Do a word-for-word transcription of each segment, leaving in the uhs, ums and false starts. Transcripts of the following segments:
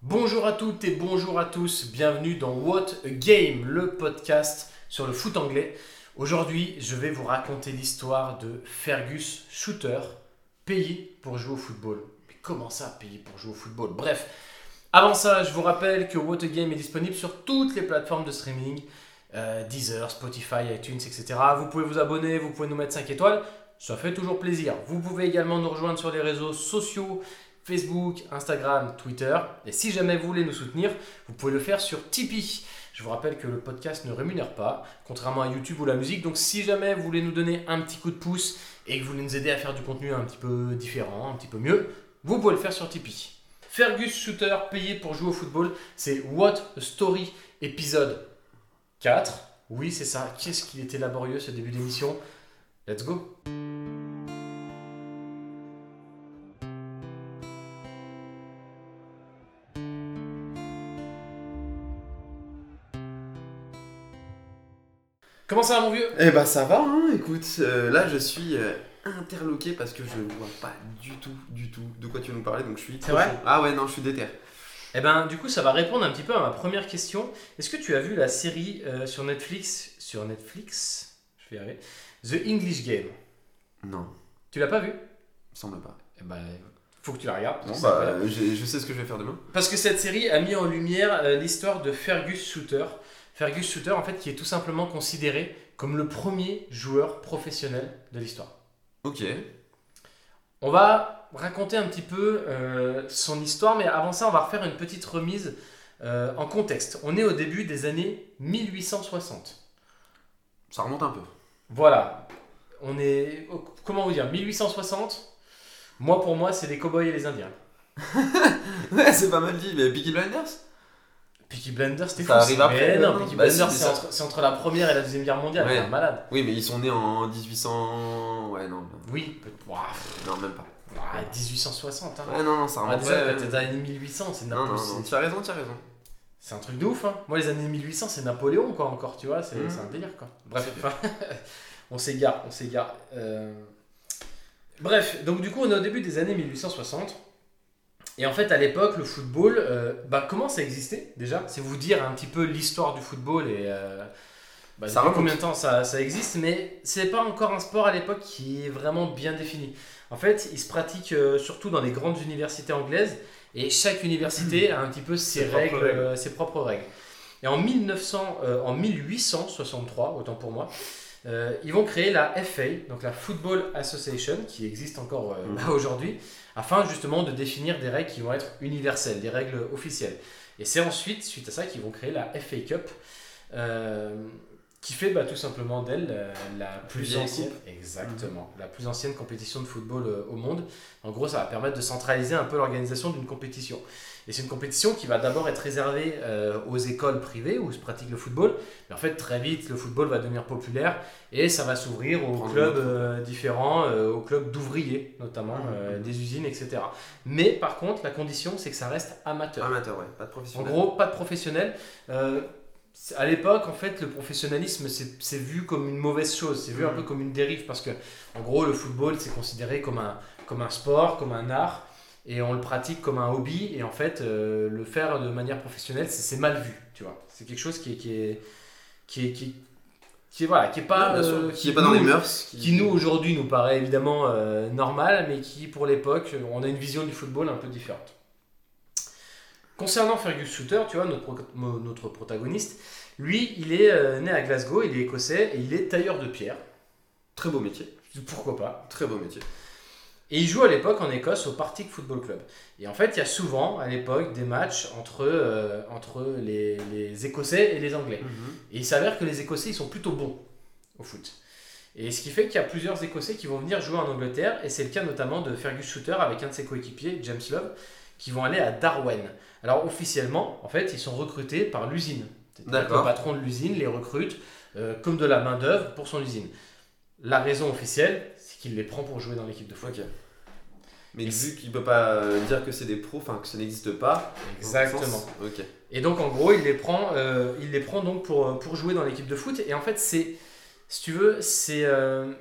Bonjour à toutes et bonjour à tous, bienvenue dans What a Game, le podcast sur le foot anglais. Aujourd'hui, je vais vous raconter l'histoire de Fergus Shooter, payé pour jouer au football. Mais comment ça, payé pour jouer au football? Bref, avant ça, je vous rappelle que What a Game est disponible sur toutes les plateformes de streaming, euh, Deezer, Spotify, iTunes, et cetera. Vous pouvez vous abonner, vous pouvez nous mettre cinq étoiles, ça fait toujours plaisir. Vous pouvez également nous rejoindre sur les réseaux sociaux, Facebook, Instagram, Twitter. Et si jamais vous voulez nous soutenir, vous pouvez le faire sur Tipeee. Je vous rappelle que le podcast ne rémunère pas, contrairement à YouTube ou la musique. Donc si jamais vous voulez nous donner un petit coup de pouce et que vous voulez nous aider à faire du contenu un petit peu différent, un petit peu mieux, vous pouvez le faire sur Tipeee. Fergus Shooter, payé pour jouer au football, c'est What a Story, épisode quatre. Oui, c'est ça. Qu'est-ce qu'il était laborieux ce début d'émission. Let's go. Comment ça va, mon vieux? Eh bah ça va, hein, écoute, euh, là je suis euh, interloqué parce que je ne vois pas du tout, du tout de quoi tu veux nous parler, donc je suis trop vrai chaud. Ah ouais, non, je suis déter. Eh ben, du coup, ça va répondre un petit peu à ma première question. Est-ce que tu as vu la série euh, sur Netflix, sur Netflix, je vais y arriver, The English Game? Non, Tu l'as pas vu? il me semble pas. Eh ben, faut que tu la regardes. parce Non, que c'est bah incroyable. euh, j'ai- je sais ce que je vais faire demain. Parce que cette série a mis en lumière euh, l'histoire de Fergus Shooter. Fergus Shooter, en fait, qui est tout simplement considéré comme le premier joueur professionnel de l'histoire. Ok, On va raconter un petit peu euh, son histoire, mais avant ça, on va refaire une petite remise euh, en contexte. On est au début des années mille huit cent soixante. ça remonte un peu. Voilà. On est. Comment vous dire mille huit cent soixante, moi, pour moi, c'est les cow-boys et les Indiens. Ouais, c'est pas mal dit, mais Peaky Blinders. Peaky Blinders, c'était Ça fou. arrive ça. après, Mais non, non Peaky Bah si, Blinders, mais c'est ça- entre, c'est entre la première et la deuxième guerre mondiale. Ouais. T'es un malade. Oui, mais ils sont nés en dix-huit cents... Ouais, non, Oui, peut- Ouah, non, même pas. ouah, dix-huit cent soixante. Hein. Ouais, non, non, ça Ah, remonte. déjà, ouais, quand t'es dans les années mille huit cents, c'est Non, non, Napoléon. non, tu as raison, tu as raison. C'est un truc de ouf, hein. Moi, les années mille huit cents, c'est Napoléon, quoi, encore, tu vois. C'est Mmh. c'est un délire, quoi. Bref, enfin, on s'égare, on s'égare. Euh, Bref, donc du coup, on est au début des années mille huit cent soixante. Et en fait, à l'époque, le football, euh, bah, comment ça existait déjà? C'est vous dire un petit peu l'histoire du football et euh, bah, Ça depuis remonte. combien de temps ça, ça existe, mais c'est pas encore un sport à l'époque qui est vraiment bien défini. En fait, il se pratique euh, surtout dans les grandes universités anglaises et chaque université a un petit peu ses, Ses propres règles, règles. euh, ses propres règles. Et en, mille neuf cents, euh, en mille huit cent soixante-trois, autant pour moi, euh, ils vont créer la F A, donc la Football Association, qui existe encore euh, Mhm. là aujourd'hui, afin justement de définir des règles qui vont être universelles, des règles officielles. Et c'est ensuite, suite à ça, qu'ils vont créer la F A Cup, euh, qui fait bah, tout simplement d'elle euh, la plus vieille ancienne, coupe. exactement, la plus ancienne compétition de football euh, au monde. En gros, ça va permettre de centraliser un peu l'organisation d'une compétition. Et c'est une compétition qui va d'abord être réservée euh, aux écoles privées où se pratique le football. Mais en fait, très vite, le football va devenir populaire et ça va s'ouvrir aux Prendre clubs l'autre. euh, différents, euh, aux clubs d'ouvriers notamment, Mhm. euh, des usines, et cetera. Mais par contre, la condition, c'est que ça reste amateur. Amateur, ouais, pas de En professionnel. gros, pas de professionnel. Euh, c'est- à l'époque, en fait, le professionnalisme, c'est c'est vu comme une mauvaise chose. C'est vu un Mhm. peu comme une dérive parce que, en gros, le football, c'est considéré comme un, comme un sport, comme un art. Et on le pratique comme un hobby. Et en fait, euh, le faire de manière professionnelle, c'est c'est mal vu. Tu vois, c'est quelque chose qui est, qui est, qui est, qui est, qui est- voilà, qui est pas, Ouais, bien sûr. euh, Qui est pas dans nous, les mœurs. qui nous aujourd'hui nous paraît évidemment euh, normal, mais qui pour l'époque, on a une vision du football un peu différente. Concernant Fergus Shooter, tu vois, notre, pro- mo- notre protagoniste, lui, il est euh, né à Glasgow, il est écossais et il est tailleur de pierre. Très beau métier. Pourquoi pas? Très beau métier. Et il joue à l'époque en Écosse au Partick Football Club. Et en fait, il y a souvent à l'époque des matchs entre, euh, entre les, les Écossais et les Anglais. Et il s'avère que les Écossais, ils sont plutôt bons au foot. Et ce qui fait qu'il y a plusieurs Écossais qui vont venir jouer en Angleterre, et c'est le cas notamment de Fergus Shooter avec un de ses coéquipiers, James Love, qui vont aller à Darwen. Alors officiellement, en fait, ils sont recrutés par l'usine. C'est-à-dire que D'accord. le patron de l'usine les recrute euh, comme de la main-d'œuvre pour son usine. La raison officielle, c'est qu'il les prend pour jouer dans l'équipe de foot. Ok. Mais Et vu qu'il peut pas euh, dire que c'est des pros, enfin que ça n'existe pas. Exactement. dans ce sens, Ok. Et donc en gros, il les prend, euh, il les prend donc pour, pour jouer dans l'équipe de foot. Et en fait, c'est, si tu veux, c'est euh,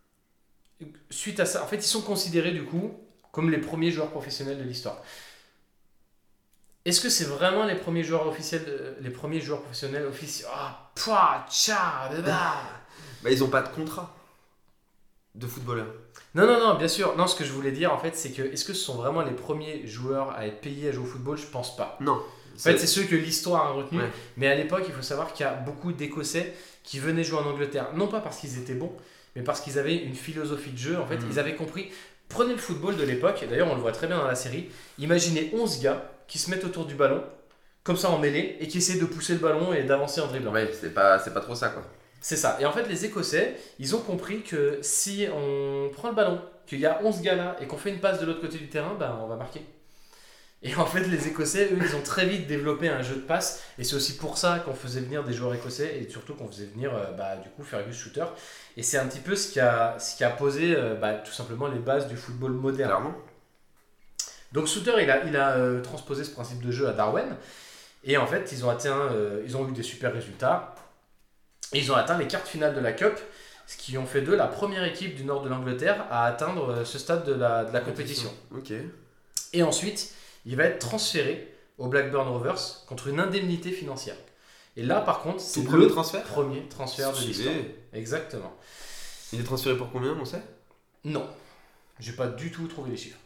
suite à ça. En fait, ils sont considérés du coup comme les premiers joueurs professionnels de l'histoire. est-ce que c'est vraiment les premiers joueurs officiels, de- les premiers joueurs professionnels officiels? Ah, pouah, tcha, baba. Bah, ils ont pas de contrat de footballeur. Non, non, non, bien sûr. Non, ce que je voulais dire en fait, c'est que est-ce que ce sont vraiment les premiers joueurs à être payés à jouer au football? Je pense pas. Non. En fait, c'est ceux que l'histoire a retenus. Ouais. Mais à l'époque, il faut savoir qu'il y a beaucoup d'Écossais qui venaient jouer en Angleterre. Non pas parce qu'ils étaient bons, mais parce qu'ils avaient une philosophie de jeu. En fait, Mhm. ils avaient compris. Prenez le football de l'époque, et d'ailleurs, on le voit très bien dans la série. Imaginez onze gars qui se mettent autour du ballon, comme ça en mêlée, et qui essaient de pousser le ballon et d'avancer en dribblant. Ouais, c'est pas, c'est pas trop ça, quoi. C'est ça. Et en fait, les Écossais, ils ont compris que si on prend le ballon, qu'il y a onze gars là, et qu'on fait une passe de l'autre côté du terrain, ben, on va marquer. Et en fait, les Écossais, eux, ils ont très vite développé un jeu de passe. Et c'est aussi pour ça qu'on faisait venir des joueurs écossais et surtout qu'on faisait venir, euh, bah, du coup, Fergus Shooter. Et c'est un petit peu ce qui a, ce qui a posé euh, bah, tout simplement les bases du football moderne. Clairement. Donc Shooter, il a, il a euh, transposé ce principe de jeu à Darwen. Et en fait, ils ont, atteint, euh, ils ont eu des super résultats. Et ils ont atteint les quarts finales de la Cup, ce qui ont fait d'eux la première équipe du nord de l'Angleterre à atteindre euh, ce stade de la, de la compétition. Ok. Et ensuite, il va être transféré au Blackburn Rovers contre une indemnité financière. Et là, par contre, c'est Tout le premier transfert premier transfert de Stylé. l'histoire. Exactement. Il est transféré pour combien, on sait? Non, j'ai pas du tout trouvé les chiffres.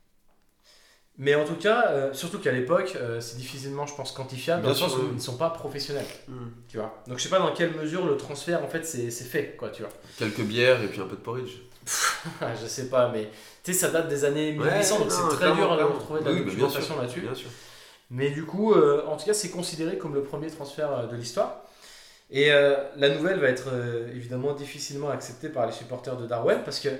Mais en tout cas, euh, surtout qu'à l'époque, euh, c'est difficilement, je pense, quantifiable, dans Bien le sens sûr, où oui. ils ne sont pas professionnels, Hmm. tu vois. Donc je sais pas dans quelle mesure le transfert, en fait, c'est c'est fait, quoi, tu vois. Quelques bières et puis un peu de porridge. Je sais pas, mais tu sais, ça date des années mille huit cents, Ouais, donc non, c'est très clairement, dur à clairement. retrouver de la Oui, mais bien documentation sûr, là-dessus. Bien sûr. Mais du coup, euh, en tout cas, c'est considéré comme le premier transfert euh, de l'histoire. Et euh, la nouvelle va être euh, évidemment difficilement acceptée par les supporters de Darwen parce que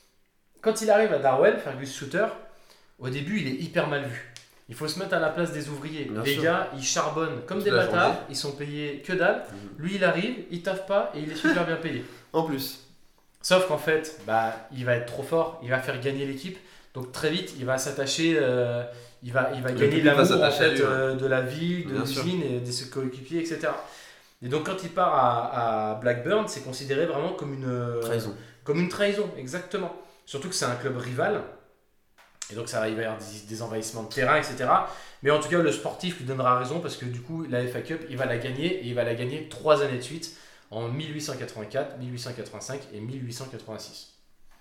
quand il arrive à Darwen, Fergus Shooter, au début, il est hyper mal vu. Il faut se mettre à la place des ouvriers. Bien les sûr. gars, ils charbonnent comme Toute des la bâtards, journée. ils sont payés que dalle. Mhm. Lui, il arrive, il taffe pas et il est super bien payé. En plus. Sauf qu'en fait, bah, il va être trop fort, il va faire gagner l'équipe. Donc très vite, il va s'attacher, euh, il va, il va Le gagner public va l'amour en s'attacher à fait, lui, ouais. euh, de la ville, de Bien sûr. l'usine et de ses coéquipiers, et cetera. Et donc quand il part à, à Blackburn, c'est considéré vraiment comme une euh, Trahison. comme une trahison, exactement. Surtout que c'est un club rival. Et donc ça va, il va y avoir des, des envahissements de terrain, et cetera. Mais en tout cas, le sportif lui donnera raison parce que du coup, la F A Cup, il va la gagner et il va la gagner trois années de suite en mille huit cent quatre-vingt-quatre, mille huit cent quatre-vingt-cinq et mille huit cent quatre-vingt-six.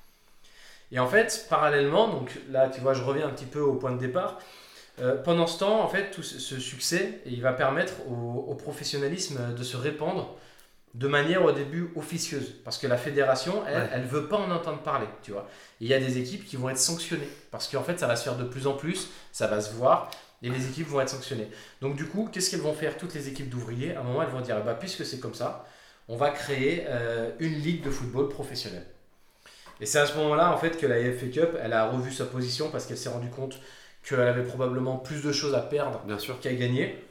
Et en fait, parallèlement, donc là, tu vois, je reviens un petit peu au point de départ. Euh, pendant ce temps, en fait, tout ce, ce succès, il va permettre au, au professionnalisme de se répandre de manière au début officieuse. Parce que la fédération, elle, Ouais. elle veut pas en entendre parler, tu vois. Et il y a des équipes qui vont être sanctionnées. Parce qu'en fait, ça va se faire de plus en plus, ça va se voir, et les équipes vont être sanctionnées. Donc du coup, qu'est-ce qu'elles vont faire, toutes les équipes d'ouvriers? À un moment, elles vont dire, bah, puisque c'est comme ça, on va créer euh, une ligue de football professionnelle. Et c'est à ce moment-là, en fait, que la F A Cup, elle a revu sa position parce qu'elle s'est rendue compte qu'elle avait probablement plus de choses à perdre Bien sûr. qu'à gagner.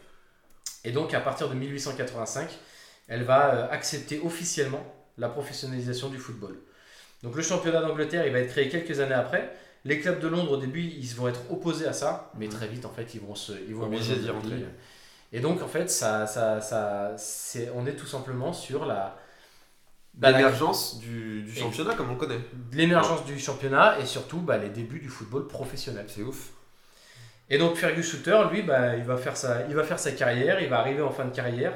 Et donc, à partir de mille huit cent quatre-vingt-cinq, elle va euh, accepter officiellement la professionnalisation du football. Donc, le championnat d'Angleterre, il va être créé quelques années après. Les clubs de Londres, au début, ils vont être opposés à ça, mais très vite, en fait, ils vont se, ils vont Obligés rejoindre d'y le rentrer. pays. Et donc, en fait, ça, ça, ça, c'est, on est tout simplement sur la, bah, la- L'émergence du, du championnat comme on le connaît. l'émergence du championnat et surtout bah, les débuts du football professionnel. C'est ouf. Et donc Fergus Shooter, lui, bah, il, va faire sa, il va faire sa carrière, il va arriver en fin de carrière.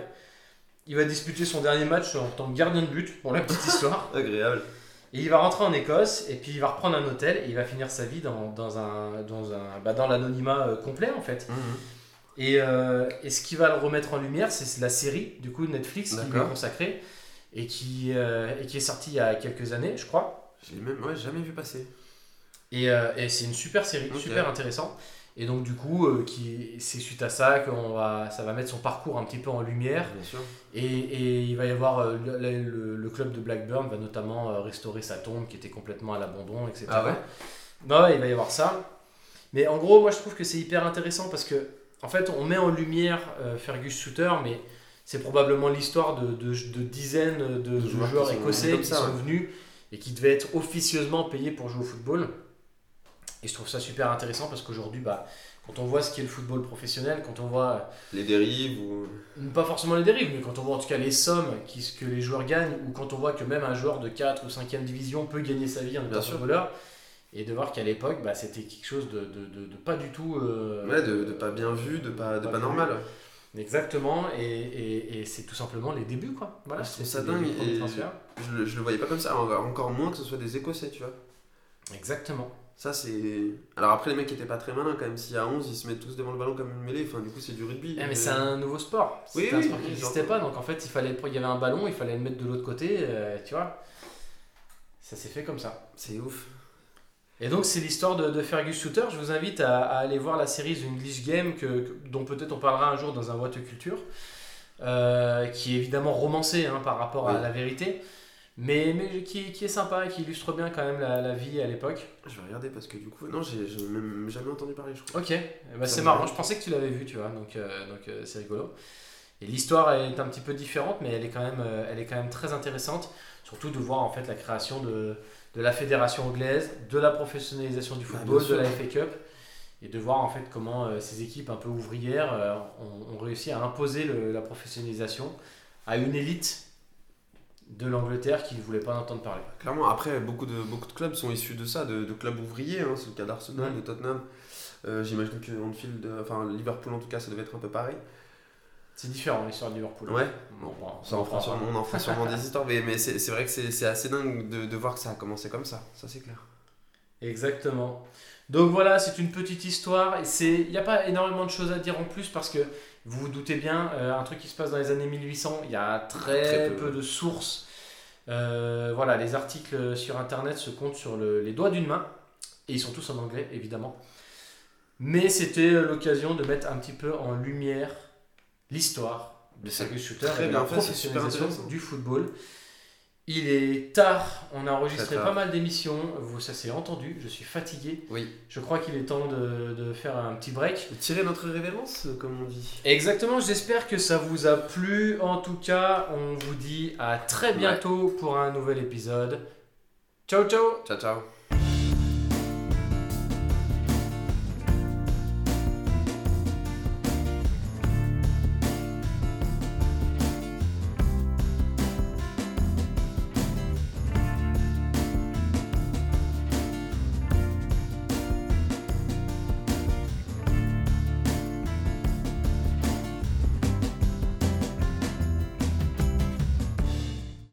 Il va disputer son dernier match en tant que gardien de but, pour la petite histoire. Agréable. Et il va rentrer en Écosse, et puis il va reprendre un hôtel, et il va finir sa vie dans, dans, un, dans, un, bah, dans l'anonymat euh, complet, en fait. Mhm. Et, euh, et ce qui va le remettre en lumière, c'est la série, du coup, Netflix, qui lui est D'accord. consacrée, et qui, euh, et qui est sortie il y a quelques années, je crois. Je l'ai même ouais, jamais vu passer. Et, euh, et c'est une super série, Ok. super intéressant. Et donc du coup, euh, qui, c'est suite à ça que va, ça va mettre son parcours un petit peu en lumière. Bien sûr. Et, et il va y avoir, euh, le, le- le club de Blackburn va notamment euh, restaurer sa tombe qui était complètement à l'abandon, et cetera. Ah ouais Bah ouais, il va y avoir ça. Mais en gros, moi je trouve que c'est hyper intéressant parce que, en fait, on met en lumière euh, Fergus Shooter, mais c'est probablement l'histoire de, de, de dizaines de, de De joueurs joueurs qui sont écossais comme qui ça, sont ouais. venus et qui devaient être officieusement payés pour jouer au football. Et je trouve ça super intéressant parce qu'aujourd'hui, bah, quand on voit ce qu'est le football professionnel, quand on voit, Les dérives ou. euh, pas forcément les dérives, mais quand on voit en tout cas les sommes qui, que les joueurs gagnent, ou quand on voit que même un joueur de quatre ou cinquième division peut gagner sa vie en Bien étant sûr. footballeur, Et de voir qu'à l'époque, bah, c'était quelque chose de, de, de, de pas du tout. Euh, ouais, de, de pas bien vu, de pas, de pas pas bien normal. Exactement, et, et, et c'est tout simplement les débuts, quoi. Voilà, Je trouve c'est ça les dingue, débuts premiers et transferts. je, le- je le voyais pas comme ça, encore moins que ce soit des Écossais, tu vois. Exactement. Ça, c'est. Alors après, les mecs étaient pas très malins quand même. S'il y a onze, ils se mettent tous devant le ballon comme une mêlée. Enfin, du coup, c'est du rugby. Eh, mais c'est un nouveau sport. Oui, C'était oui, un sport oui, qui oui, n'existait j'entends. pas, donc en fait, il, fallait, il y avait un ballon, il fallait le mettre de l'autre côté, euh, tu vois. Ça s'est fait comme ça. C'est ouf. Et donc, c'est l'histoire de, de Fergus Shooter. Je vous invite à, à aller voir la série The English Game, que, que- dont peut-être on parlera un jour dans un What Culture, euh, qui est évidemment romancée hein, par rapport à Oui. la vérité, mais, mais qui, qui est sympa et qui illustre bien quand même la, la vie à l'époque. Je vais regarder parce que du coup, non, j'ai j'ai même jamais entendu parler, je crois. Ok, eh ben, Ça c'est me marrant, va. je pensais que tu l'avais vu, tu vois, donc euh, donc euh, c'est rigolo. Et l'histoire est un petit peu différente, mais elle est quand même, euh, elle est quand même très intéressante, surtout de voir en fait la création de, de la fédération anglaise, de la professionnalisation du Ah, football, bien de sûr. la F A Cup, et de voir en fait comment euh, ces équipes un peu ouvrières euh, ont, ont réussi à imposer le- la professionnalisation à une élite de l'Angleterre qui ne voulait pas en entendre parler. Clairement, après, beaucoup de, beaucoup de clubs sont issus de ça, de, de clubs ouvriers. Hein. C'est le cas d'Arsenal, Ouais. de Tottenham. Euh, J'imagine que Anfield, euh, enfin Liverpool en tout cas, ça devait être un peu pareil. C'est différent l'histoire de Liverpool. Ouais. Bon, bon, Ça en fera sûrement, on en fera sûrement des histoires, mais, mais c'est c'est vrai que c'est c'est assez dingue de, de voir que ça a commencé comme ça, ça c'est clair. Exactement. Donc voilà, c'est une petite histoire. Il n'y a pas énormément de choses à dire en plus parce que vous vous doutez bien, euh, un truc qui se passe dans les années mille huit cents, il y a très, Très peu, peu ouais. de sources. Euh, voilà, les articles sur internet se comptent sur le- les doigts d'une main et ils sont tous en anglais évidemment. Mais c'était l'occasion de mettre un petit peu en lumière l'histoire de Mais c'est Fergus Shooter très et de bien la fait, c'est super professionnalisation intéressant. du football. Il est tard, on a enregistré Très tard. pas mal d'émissions, vous, ça s'est entendu, je suis fatigué. Oui. Je crois qu'il est temps de, de faire un petit break. Tirer notre révérence, euh, comme on dit. Exactement, j'espère que ça vous a plu. En tout cas, on vous dit à très bientôt pour un nouvel épisode. Ciao ciao. Ciao ciao.